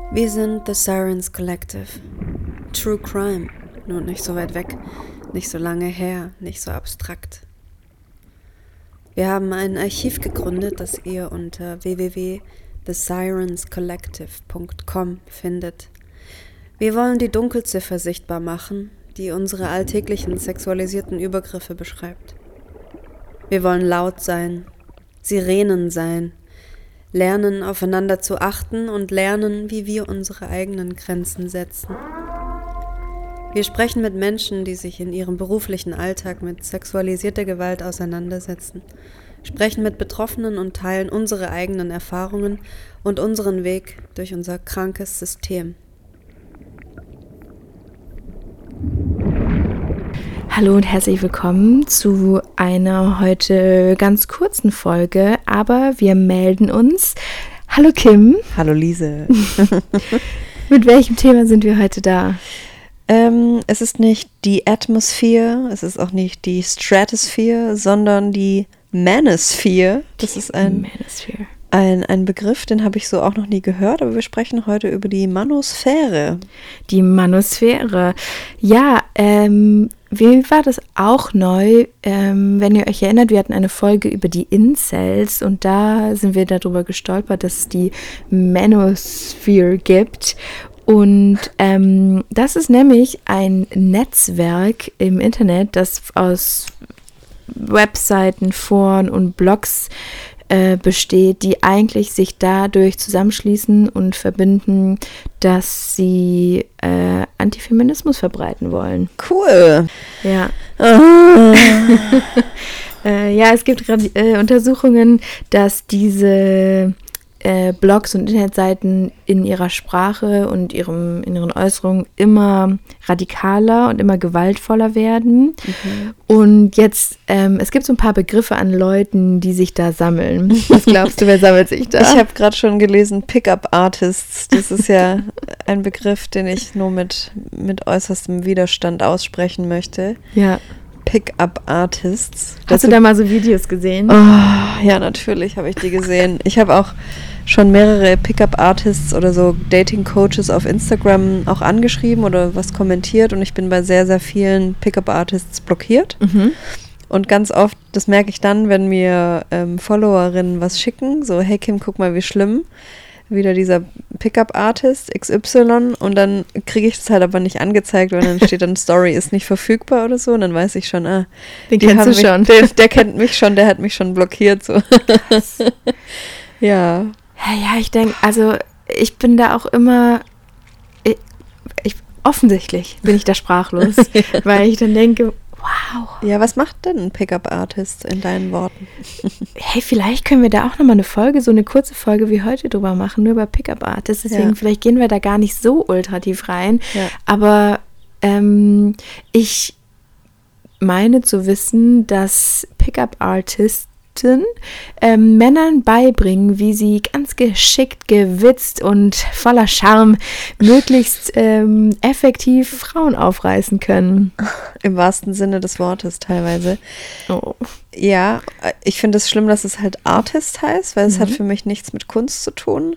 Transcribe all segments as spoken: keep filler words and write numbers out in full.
Wir sind The Sirens Collective. True Crime, nur nicht so weit weg, nicht so lange her, nicht so abstrakt. Wir haben ein Archiv gegründet, das ihr unter w w w punkt the sirens collective punkt com findet. Wir wollen die Dunkelziffer sichtbar machen, die unsere alltäglichen sexualisierten Übergriffe beschreibt. Wir wollen laut sein, Sirenen sein, lernen, aufeinander zu achten und lernen, wie wir unsere eigenen Grenzen setzen. Wir sprechen mit Menschen, die sich in ihrem beruflichen Alltag mit sexualisierter Gewalt auseinandersetzen, sprechen mit Betroffenen und teilen unsere eigenen Erfahrungen und unseren Weg durch unser krankes System. Hallo und herzlich willkommen zu einer heute ganz kurzen Folge, aber wir melden uns. Hallo Kim. Hallo Lise. Mit welchem Thema sind wir heute da? Ähm, es ist nicht die Atmosphäre, es ist auch nicht die Stratosphere, sondern die Manosphere. Das ist ein, Manosphere. ein, ein Begriff, den habe ich so auch noch nie gehört, aber wir sprechen heute über die Manosphäre. Die Manosphäre. Ja, ähm, wie war das auch neu? Ähm, wenn ihr euch erinnert, wir hatten eine Folge über die Incels und da sind wir darüber gestolpert, dass es die Manosphere gibt. Und ähm, das ist nämlich ein Netzwerk im Internet, das aus Webseiten, Foren und Blogs äh, besteht, die eigentlich sich dadurch zusammenschließen und verbinden, dass sie äh, Antifeminismus verbreiten wollen. Cool. Ja. Ah. äh, ja, es gibt gerade äh, Untersuchungen, dass diese Äh, Blogs und Internetseiten in ihrer Sprache und ihrem, in ihren Äußerungen immer radikaler und immer gewaltvoller werden. Mhm. Und jetzt, ähm, es gibt so ein paar Begriffe an Leuten, die sich da sammeln. Was glaubst du, wer sammelt sich da? Ich habe gerade schon gelesen, Pickup-Artists. Das ist ja ein Begriff, den ich nur mit, mit äußerstem Widerstand aussprechen möchte. Ja. Pickup-Artists. Hast du da mal so Videos gesehen? Oh, ja, natürlich habe ich die gesehen. Ich habe auch schon mehrere Pickup-Artists oder so Dating-Coaches auf Instagram auch angeschrieben oder was kommentiert und ich bin bei sehr, sehr vielen Pickup-Artists blockiert. Mhm. Und ganz oft, das merke ich dann, wenn mir ähm, Followerinnen was schicken, so, hey Kim, guck mal, wie schlimm. Wieder dieser Pickup-Artist X Y und dann kriege ich das halt aber nicht angezeigt, weil dann steht dann Story ist nicht verfügbar oder so und dann weiß ich schon, ah, den kennst du mich, schon. Der, der kennt mich schon, der hat mich schon blockiert. So. Ja. Ja, ich denke, also ich bin da auch immer, ich, ich, offensichtlich bin ich da sprachlos, weil ich dann denke, wow. Ja, was macht denn ein Pickup-Artist in deinen Worten? Hey, vielleicht können wir da auch nochmal eine Folge, so eine kurze Folge wie heute drüber machen, nur über Pickup-Artists. Deswegen, ja. Vielleicht gehen wir da gar nicht so ultra tief rein. Ja. Aber ähm, ich meine zu wissen, dass Pickup-Artists Ähm, Männern beibringen, wie sie ganz geschickt, gewitzt und voller Charme möglichst ähm, effektiv Frauen aufreißen können. Im wahrsten Sinne des Wortes teilweise. Oh. Ja, ich finde es schlimm, dass es halt Artist heißt, weil es mhm. hat für mich nichts mit Kunst zu tun.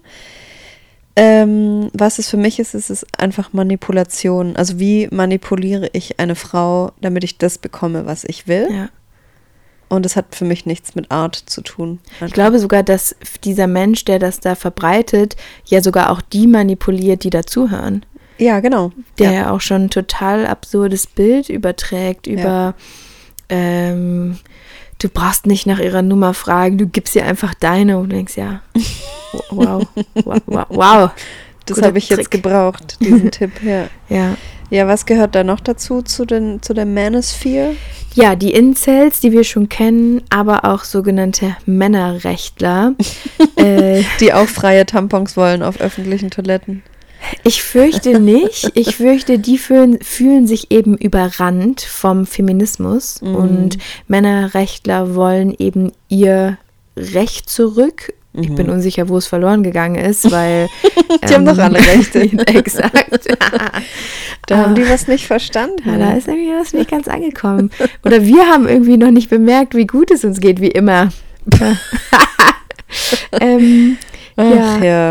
Ähm, was es für mich ist, ist es einfach Manipulation. Also wie manipuliere ich eine Frau, damit ich das bekomme, was ich will? Ja. Und es hat für mich nichts mit Art zu tun. Einfach. Ich glaube sogar, dass dieser Mensch, der das da verbreitet, ja sogar auch die manipuliert, die dazuhören. Ja, genau. Der ja auch schon ein total absurdes Bild überträgt über, ja. ähm, du brauchst nicht nach ihrer Nummer fragen, du gibst ihr einfach deine und du denkst, ja, wow, wow, wow. wow. Das habe ich Trick. jetzt gebraucht, diesen Tipp. Ja. ja. Ja, was gehört da noch dazu, zu, den, zu der Manosphere? Ja, die Incels, die wir schon kennen, aber auch sogenannte Männerrechtler. äh, die auch freie Tampons wollen auf öffentlichen Toiletten. Ich fürchte nicht. Ich fürchte, die fühlen, fühlen sich eben überrannt vom Feminismus. Mhm. Und Männerrechtler wollen eben ihr Recht zurück. Ich bin unsicher, wo es verloren gegangen ist, weil die ähm, haben doch alle Rechte. Exakt. Da haben die was nicht verstanden. Ja, da ist irgendwie was nicht ganz angekommen. Oder wir haben irgendwie noch nicht bemerkt, wie gut es uns geht, wie immer. ähm, Ach ja. ja.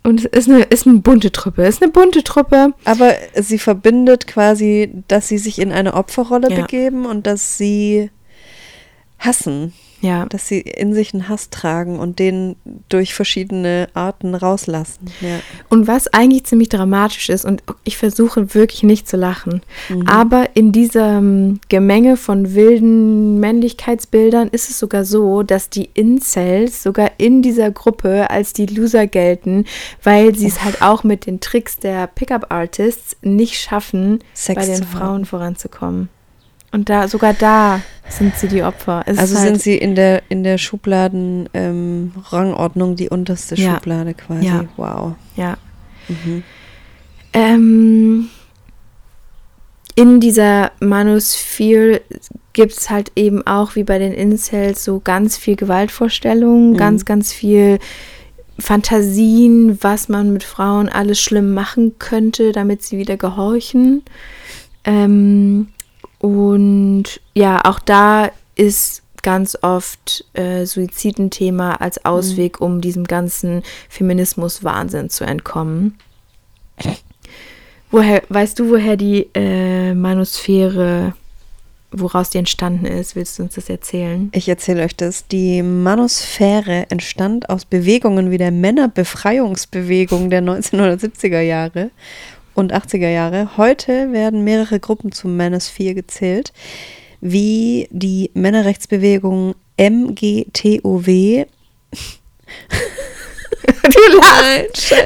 Und es ist eine, ist eine bunte Truppe. Es ist eine bunte Truppe. Aber sie verbindet quasi, dass sie sich in eine Opferrolle Ja. begeben und dass sie hassen. Ja. Dass sie in sich einen Hass tragen und den durch verschiedene Arten rauslassen. Ja. Und was eigentlich ziemlich dramatisch ist, und ich versuche wirklich nicht zu lachen, Mhm. aber in diesem Gemenge von wilden Männlichkeitsbildern ist es sogar so, dass die Incels sogar in dieser Gruppe als die Loser gelten, weil sie es halt auch mit den Tricks der Pickup-Artists nicht schaffen, Sex bei den zu Frauen haben. voranzukommen. Und da sogar da sind sie die Opfer. Es Also ist halt, sind sie in der, in der Schubladen ähm, Rangordnung die unterste Ja. Schublade quasi. Ja. Wow. ja. Mhm. Ähm, in dieser Manosphere gibt es halt eben auch, wie bei den Incels, so ganz viel Gewaltvorstellungen, Mhm. ganz, ganz viel Fantasien, was man mit Frauen alles schlimm machen könnte, damit sie wieder gehorchen. Ähm, und ja, auch da ist ganz oft äh, Suizid ein Thema als Ausweg, um diesem ganzen Feminismus-Wahnsinn zu entkommen. Woher, weißt du, woher die äh, Manosphäre, woraus die entstanden ist? Willst du uns das erzählen? Ich erzähle euch das. Die Manosphäre entstand aus Bewegungen wie der Männerbefreiungsbewegung der neunzehnhundertsiebziger Jahre und achtziger Jahre. Heute werden mehrere Gruppen zum Manosphere gezählt, wie die Männerrechtsbewegung M G T O W. Du Nein, scheiße.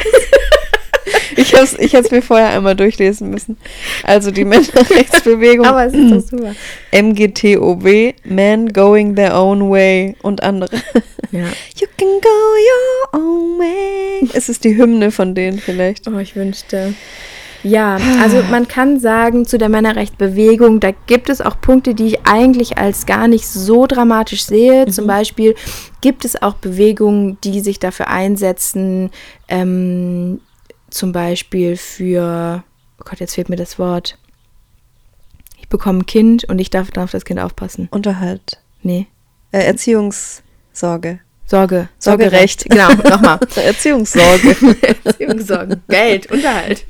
Ich habe es ich hab's mir vorher einmal durchlesen müssen. Also die Männerrechtsbewegung Aber es ist doch super. M G T O W, Men Going Their Own Way und andere. Ja. You can go your own way. Es ist die Hymne von denen vielleicht. Oh, ich wünschte. Ja, also man kann sagen, zu der Männerrechtsbewegung, da gibt es auch Punkte, die ich eigentlich als gar nicht so dramatisch sehe. Mhm. Zum Beispiel gibt es auch Bewegungen, die sich dafür einsetzen, ähm, zum Beispiel für, oh Gott, jetzt fehlt mir das Wort. Ich bekomme ein Kind und ich darf, darf auf das Kind aufpassen. Unterhalt. Nee, Äh, Erziehungssorge. Sorge. Sorgerecht. Genau, nochmal. Erziehungssorge. Erziehungssorgen, Geld, Unterhalt.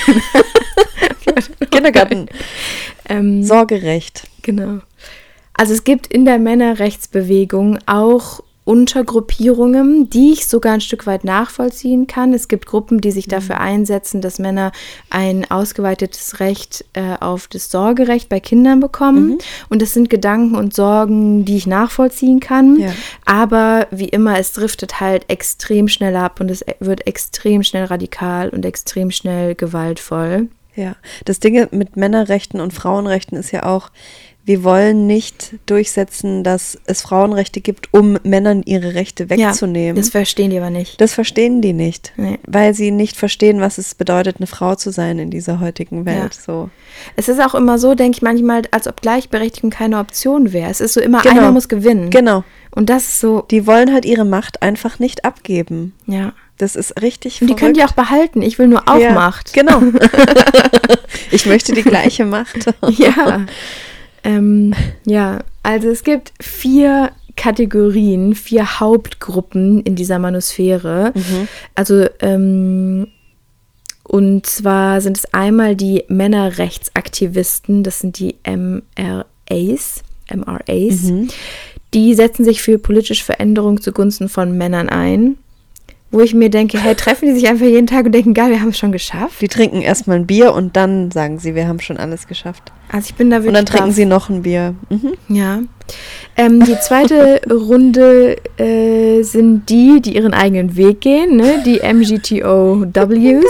Kindergarten. Ähm, Sorgerecht. Genau. Also es gibt in der Männerrechtsbewegung auch Untergruppierungen, die ich sogar ein Stück weit nachvollziehen kann. Es gibt Gruppen, die sich dafür einsetzen, dass Männer ein ausgeweitetes Recht äh, auf das Sorgerecht bei Kindern bekommen. Mhm. Und das sind Gedanken und Sorgen, die ich nachvollziehen kann. Ja. Aber wie immer, es driftet halt extrem schnell ab und es wird extrem schnell radikal und extrem schnell gewaltvoll. Ja, das Ding mit Männerrechten und Frauenrechten ist ja auch, wir wollen nicht durchsetzen, dass es Frauenrechte gibt, um Männern ihre Rechte wegzunehmen. Ja, das verstehen die aber nicht. Das verstehen die nicht, Nee. weil sie nicht verstehen, was es bedeutet, eine Frau zu sein in dieser heutigen Welt. Ja. So. Es ist auch immer so, denke ich manchmal, als ob Gleichberechtigung keine Option wäre. Es ist so immer, Genau. einer muss gewinnen. Genau. Und das ist so, Die wollen halt ihre Macht einfach nicht abgeben. ja. Das ist richtig Und die können die auch behalten. Ich will nur auch ja, Macht. Genau. Ich möchte die gleiche Macht. Ja. ähm, ja, also es gibt vier Kategorien, vier Hauptgruppen in dieser Manosphäre. Mhm. Also, ähm, und zwar sind es einmal die Männerrechtsaktivisten, das sind die M R As, M R As. Mhm. Die setzen sich für politische Veränderung zugunsten von Männern ein. Wo ich mir denke, hey, treffen die sich einfach jeden Tag und denken, geil, wir haben es schon geschafft. Die trinken erstmal ein Bier und dann sagen sie, wir haben schon alles geschafft. Also ich bin da wirklich Und dann trinken baff. sie noch ein Bier. Mhm. Ja. Ähm, die zweite Runde äh, sind die, die ihren eigenen Weg gehen, ne? Die M G T O Ws.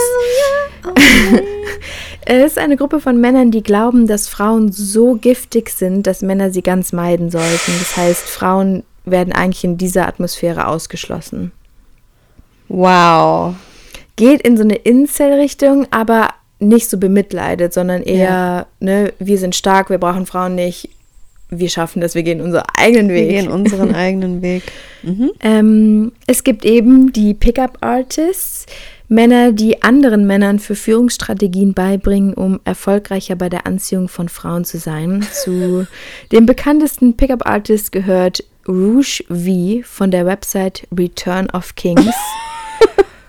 Es ist eine Gruppe von Männern, die glauben, dass Frauen so giftig sind, dass Männer sie ganz meiden sollten. Das heißt, Frauen werden eigentlich in dieser Atmosphäre ausgeschlossen. Wow. Geht in so eine Incel-Richtung, aber nicht so bemitleidet, sondern eher, Ja. ne, wir sind stark, wir brauchen Frauen nicht, wir schaffen das, wir gehen unseren eigenen Wir Weg. gehen unseren eigenen Weg. Mhm. Ähm, es gibt eben die Pickup-Artists, Männer, die anderen Männern für Führungsstrategien beibringen, um erfolgreicher bei der Anziehung von Frauen zu sein. Zu dem bekanntesten Pickup-Artist gehört Rouge V von der Website Return of Kings.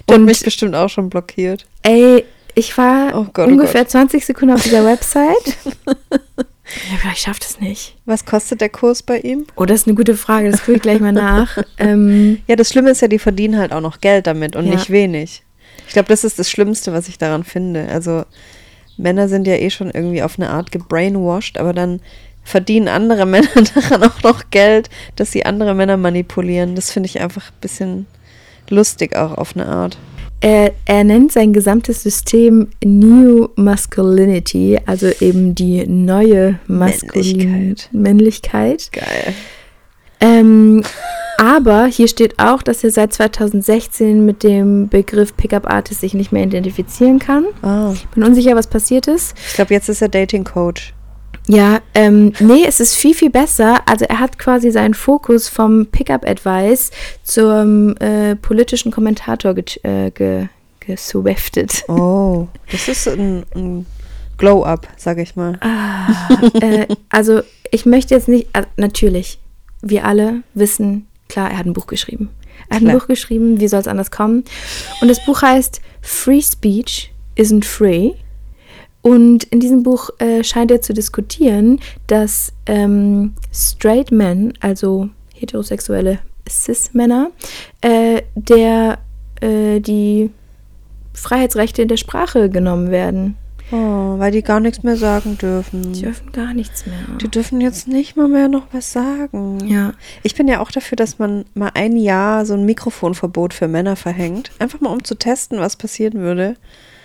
Der hat Und- mich bestimmt auch schon blockiert. Ey, ich war Oh Gott, oh ungefähr Gott. zwanzig Sekunden auf dieser Website. Ja, vielleicht schafft es nicht. Was kostet der Kurs bei ihm? Oh, das ist eine gute Frage, das gucke ich gleich mal nach. ähm, Ja, das Schlimme ist ja, die verdienen halt auch noch Geld damit und Ja. nicht wenig. Ich glaube, das ist das Schlimmste, was ich daran finde. Also Männer sind ja eh schon irgendwie auf eine Art gebrainwashed, aber dann verdienen andere Männer daran auch noch Geld, dass sie andere Männer manipulieren. Das finde ich einfach ein bisschen lustig auch auf eine Art. er, er nennt sein gesamtes System New Masculinity, also eben die neue Maskulin Männlichkeit. Männlichkeit. Geil. Ähm, aber hier steht auch, dass er seit zweitausendsechzehn mit dem Begriff Pickup Artist sich nicht mehr identifizieren kann. Ah, Bin unsicher, was passiert ist. ich glaube, jetzt ist er Dating Coach. Ja, ähm, nee, es ist viel, viel besser. Also er hat quasi seinen Fokus vom Pickup-Advice zum äh, politischen Kommentator ge äh, ge geswiftet. Oh, das ist ein, ein Glow-Up, sage ich mal. äh, also ich möchte jetzt nicht, also natürlich, wir alle wissen, klar, er hat ein Buch geschrieben. Er hat Klar. ein Buch geschrieben, wie soll es anders kommen? Und das Buch heißt Free Speech Isn't Free. Und in diesem Buch äh, scheint er zu diskutieren, dass ähm, Straight Men, also heterosexuelle Cis-Männer, äh, der äh, die Freiheitsrechte in der Sprache genommen werden. Oh, weil die gar nichts mehr sagen dürfen. Die dürfen gar nichts mehr. Die dürfen jetzt nicht mal mehr noch was sagen. Ja. Ich bin ja auch dafür, dass man mal ein Jahr so ein Mikrofonverbot für Männer verhängt. Einfach mal, um zu testen, was passieren würde.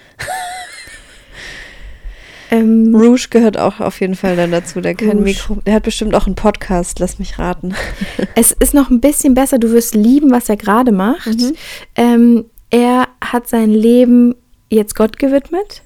Ähm, Rouge gehört auch auf jeden Fall dann dazu. Der kein Rouge. Mikro. Der hat bestimmt auch einen Podcast, lass mich raten. Es ist noch ein bisschen besser, du wirst lieben, was er gerade macht. Mhm. Ähm, er hat sein Leben jetzt Gott gewidmet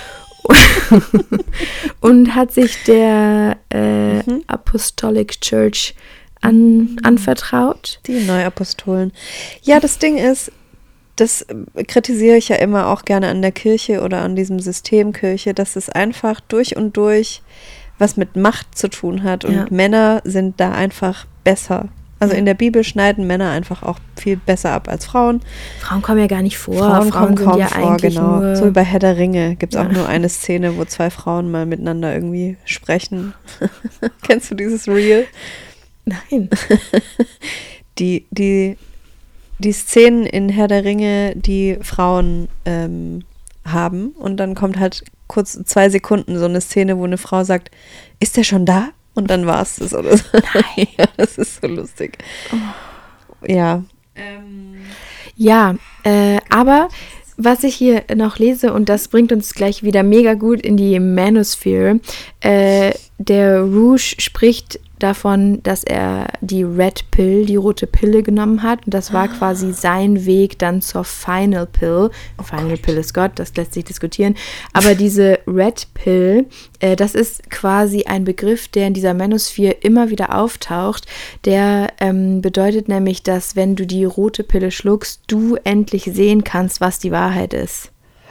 und hat sich der äh, Mhm. Apostolic Church an, anvertraut. Die Neuapostolen. Ja, das Ding ist, das äh, kritisiere ich ja immer auch gerne an der Kirche oder an diesem System Kirche, dass es einfach durch und durch was mit Macht zu tun hat und Ja. Männer sind da einfach besser. Also Ja. in der Bibel schneiden Männer einfach auch viel besser ab als Frauen. Frauen kommen ja gar nicht vor. Frauen, kommen sind kaum ja vor, eigentlich genau. nur... So wie bei Herr der Ringe gibt es Ja. auch nur eine Szene, wo zwei Frauen mal miteinander irgendwie sprechen. Kennst du dieses Reel? Nein. Die, die, die Szenen in Herr der Ringe, die Frauen ähm, haben und dann kommt halt kurz zwei Sekunden so eine Szene, wo eine Frau sagt, ist der schon da? Und dann war es das oder so. Nein. Ja, das ist so lustig. Ja. Ja, äh, aber was ich hier noch lese, und das bringt uns gleich wieder mega gut in die Manosphere, äh, der Rouge spricht davon, dass er die Red Pill, die rote Pille genommen hat. Und das war quasi sein Weg dann zur Final Pill. Final Pill ist Gott, das lässt sich diskutieren. Aber diese Red Pill, äh, das ist quasi ein Begriff, der in dieser Manosphere immer wieder auftaucht. Der ähm, bedeutet nämlich, dass wenn du die rote Pille schluckst, du endlich sehen kannst, was die Wahrheit ist.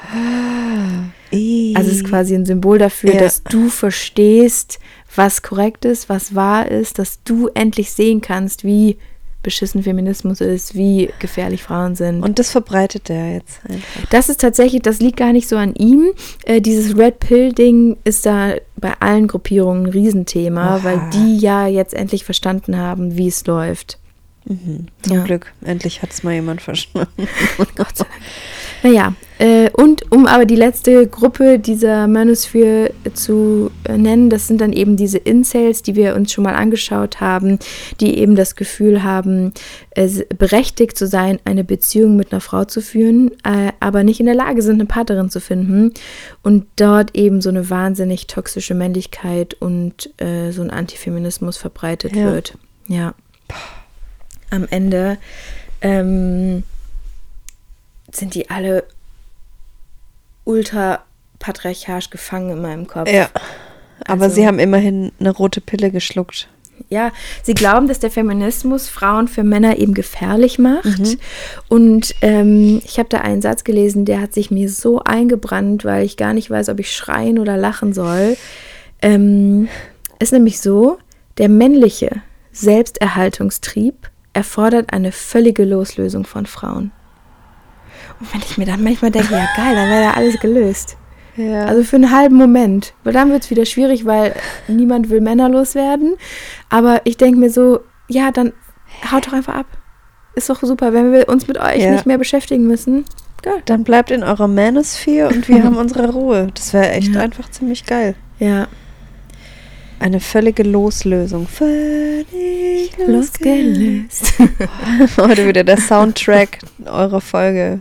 Also es ist quasi ein Symbol dafür, Ja. dass du verstehst, was korrekt ist, was wahr ist, dass du endlich sehen kannst, wie beschissen Feminismus ist, wie gefährlich Frauen sind. Und das verbreitet er jetzt einfach. Das ist tatsächlich, das liegt gar nicht so an ihm. Äh, dieses Red Pill-Ding ist da bei allen Gruppierungen ein Riesenthema, Oha. weil die ja jetzt endlich verstanden haben, wie es läuft. Mhm. Zum Ja. Glück. Endlich hat es mal jemand verstanden. Gott sei Dank. Naja, äh, und um aber die letzte Gruppe dieser Manosphere zu äh, nennen, das sind dann eben diese Incels, die wir uns schon mal angeschaut haben, die eben das Gefühl haben, es berechtigt zu sein, eine Beziehung mit einer Frau zu führen, äh, aber nicht in der Lage sind, eine Partnerin zu finden und dort eben so eine wahnsinnig toxische Männlichkeit und äh, so ein Antifeminismus verbreitet Ja. wird. Ja. Am Ende ähm, sind die alle ultra patriarchalisch gefangen in meinem Kopf. Ja. Aber Also- sie haben immerhin eine rote Pille geschluckt. Ja, sie glauben, dass der Feminismus Frauen für Männer eben gefährlich macht. Mhm. Und ähm, ich habe da einen Satz gelesen, der hat sich mir so eingebrannt, weil ich gar nicht weiß, ob ich schreien oder lachen soll. Ähm, ist nämlich so, der männliche Selbsterhaltungstrieb erfordert eine völlige Loslösung von Frauen. Und wenn ich mir dann manchmal denke, ja geil, dann wäre ja alles gelöst. Ja. Also für einen halben Moment. Weil dann wird es wieder schwierig, weil niemand will männerlos werden. Aber ich denke mir so, ja, dann haut doch einfach ab. Ist doch super, wenn wir uns mit euch Ja. nicht mehr beschäftigen müssen. Geil. Dann bleibt in eurer Manosphere und wir haben unsere Ruhe. Das wäre echt Ja. einfach ziemlich geil. Ja. Eine völlige Loslösung. Völlig losgelöst. Losgelöst. Heute wieder der Soundtrack eurer Folge.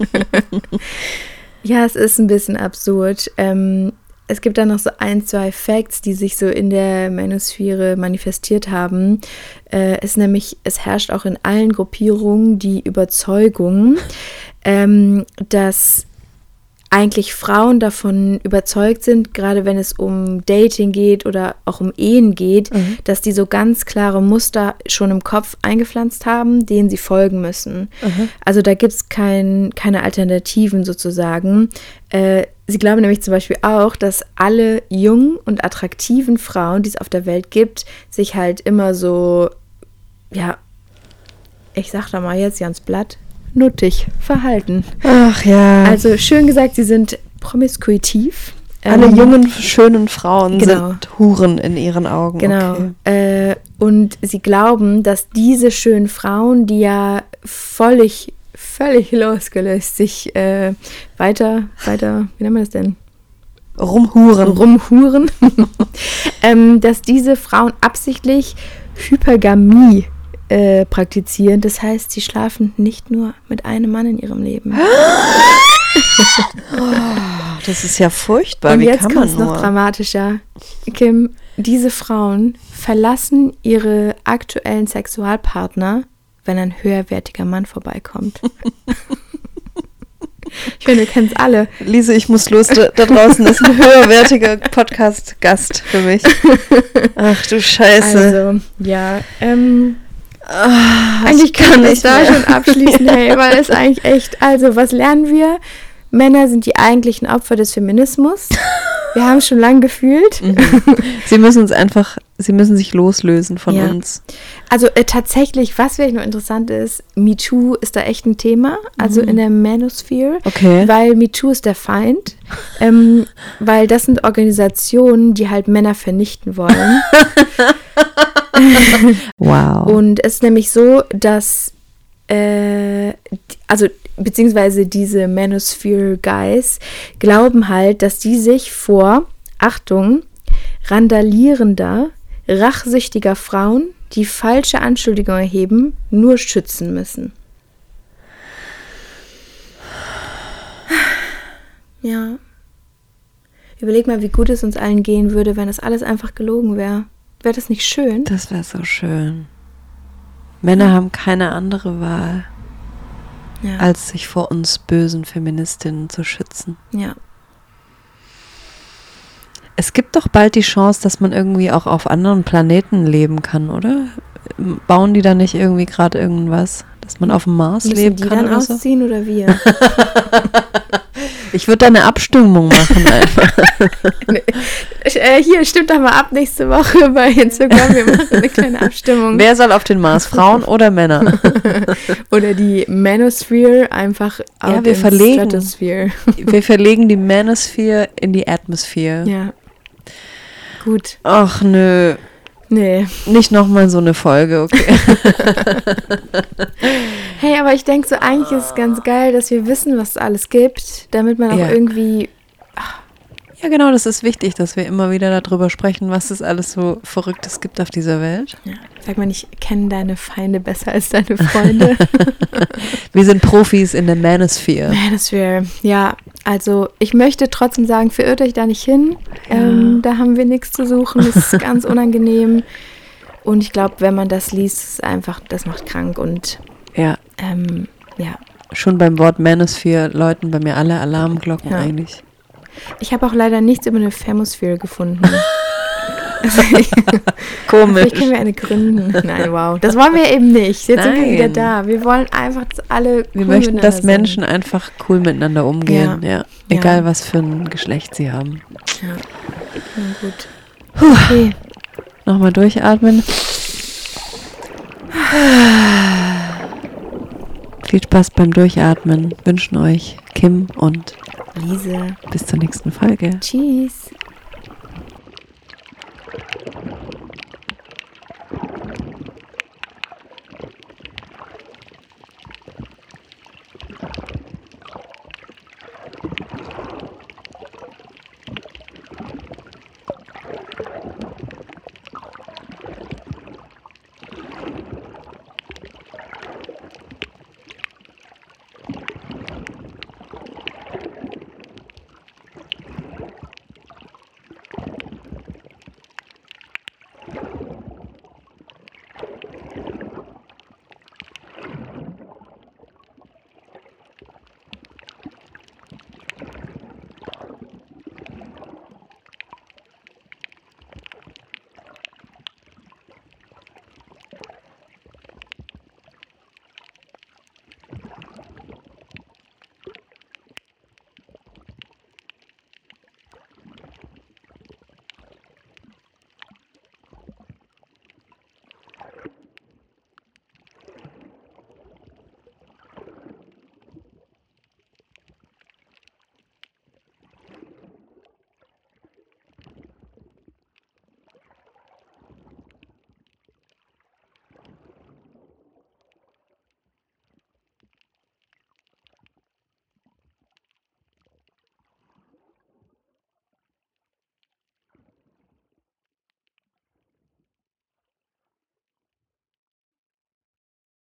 Ja, es ist ein bisschen absurd. Ähm, es gibt da noch so ein, zwei Facts, die sich so in der Manosphere manifestiert haben. Äh, es nämlich, es herrscht auch in allen Gruppierungen die Überzeugung, ähm, dass eigentlich Frauen davon überzeugt sind, gerade wenn es um Dating geht oder auch um Ehen geht, Mhm. dass die so ganz klare Muster schon im Kopf eingepflanzt haben, denen sie folgen müssen. Mhm. Also da gibt es kein, keine Alternativen sozusagen. Äh, sie glauben nämlich zum Beispiel auch, dass alle jungen und attraktiven Frauen, die es auf der Welt gibt, sich halt immer so, ja, ich sag da mal jetzt ganz platt, nuttig verhalten. Ach ja. Also schön gesagt, sie sind promiskuitiv. Alle Ähm, jungen, schönen Frauen genau. sind Huren in ihren Augen. Genau. Okay. Äh, und sie glauben, dass diese schönen Frauen, die ja völlig, völlig losgelöst sich äh, weiter, weiter, wie nennt man das denn? Rumhuren. Rumhuren, ähm, dass diese Frauen absichtlich Hypergamie äh, praktizieren. Das heißt, sie schlafen nicht nur mit einem Mann in ihrem Leben. Das ist ja furchtbar. Und Wie jetzt kann kommt man es noch nur? dramatischer. Kim, diese Frauen verlassen ihre aktuellen Sexualpartner, wenn ein höherwertiger Mann vorbeikommt. Ich finde, wir kennen es alle. Lise, ich muss los. Da, da draußen ist ein höherwertiger Podcast-Gast für mich. Ach du Scheiße. Also, ja, ähm, Ah, eigentlich ich kann ich nicht da mehr. schon abschließen, hey, weil es eigentlich echt, also was lernen wir? Männer sind die eigentlichen Opfer des Feminismus. Wir haben es schon lange gefühlt. Mhm. Sie müssen uns einfach, sie müssen sich loslösen von Ja. uns. Also äh, tatsächlich, was vielleicht noch interessant ist, MeToo ist da echt ein Thema, also in der Manosphere, Okay. weil MeToo ist der Feind, ähm, weil das sind Organisationen, die halt Männer vernichten wollen. Wow. Und es ist nämlich so, dass, äh, die- also beziehungsweise diese Manosphere Guys glauben halt, dass die sich vor, Achtung, randalierender, rachsüchtiger Frauen, die falsche Anschuldigungen erheben, nur schützen müssen. Ja. Überleg mal, wie gut es uns allen gehen würde, wenn das alles einfach gelogen wäre. Wäre das nicht schön? Das wäre so schön. Männer haben keine andere Wahl, Ja. als sich vor uns bösen Feministinnen zu schützen. Ja. Es gibt doch bald die Chance, dass man irgendwie auch auf anderen Planeten leben kann, oder? Bauen die da nicht irgendwie gerade irgendwas, dass man auf dem Mars Müssen leben die kann dann oder so? ausziehen oder wir? Ich würde da eine Abstimmung machen einfach. äh, hier, stimmt doch mal ab nächste Woche bei Instagram. Wir machen eine kleine Abstimmung. Wer soll auf den Mars, Frauen oder Männer? Oder die Manosphere einfach Ja, out wir in verlegen. Stratosphere. Wir verlegen die Manosphere in die Atmosphäre. Ja. Gut. Ach nö, Nee. nicht nochmal so eine Folge, okay. Hey, aber ich denke so, eigentlich ist es ganz geil, dass wir wissen, was es alles gibt, damit man auch Ja. irgendwie, Ja genau, das ist wichtig, dass wir immer wieder darüber sprechen, was es alles so Verrücktes gibt auf dieser Welt. ja, sag mal nicht, kennen deine Feinde besser als deine Freunde. Wir sind Profis in der Manosphere. Manosphere, ja, also ich möchte trotzdem sagen, verirrt euch da nicht hin. Ähm, da haben wir nichts zu suchen. Das ist ganz unangenehm. Und ich glaube, wenn man das liest, ist es einfach, das macht krank. Und Ja, ähm, ja, schon beim Wort Manosphere läuten bei mir alle Alarmglocken Ja. eigentlich. ich habe auch leider nichts über eine Femosphere gefunden. Also, Komisch. vielleicht können wir eine gründen. Nein, wow. Das wollen wir eben nicht. Jetzt sind wir wieder Nein. da. Wir wollen einfach, dass alle cool Wir möchten, dass miteinander Menschen einfach cool miteinander umgehen. Ja. Ja. Egal, Ja. was für ein Geschlecht sie haben. sind. Ja. Na gut. Okay. Nochmal durchatmen. Viel Spaß beim Durchatmen wünschen euch Kim und Lise. Bis zur nächsten Folge. Tschüss.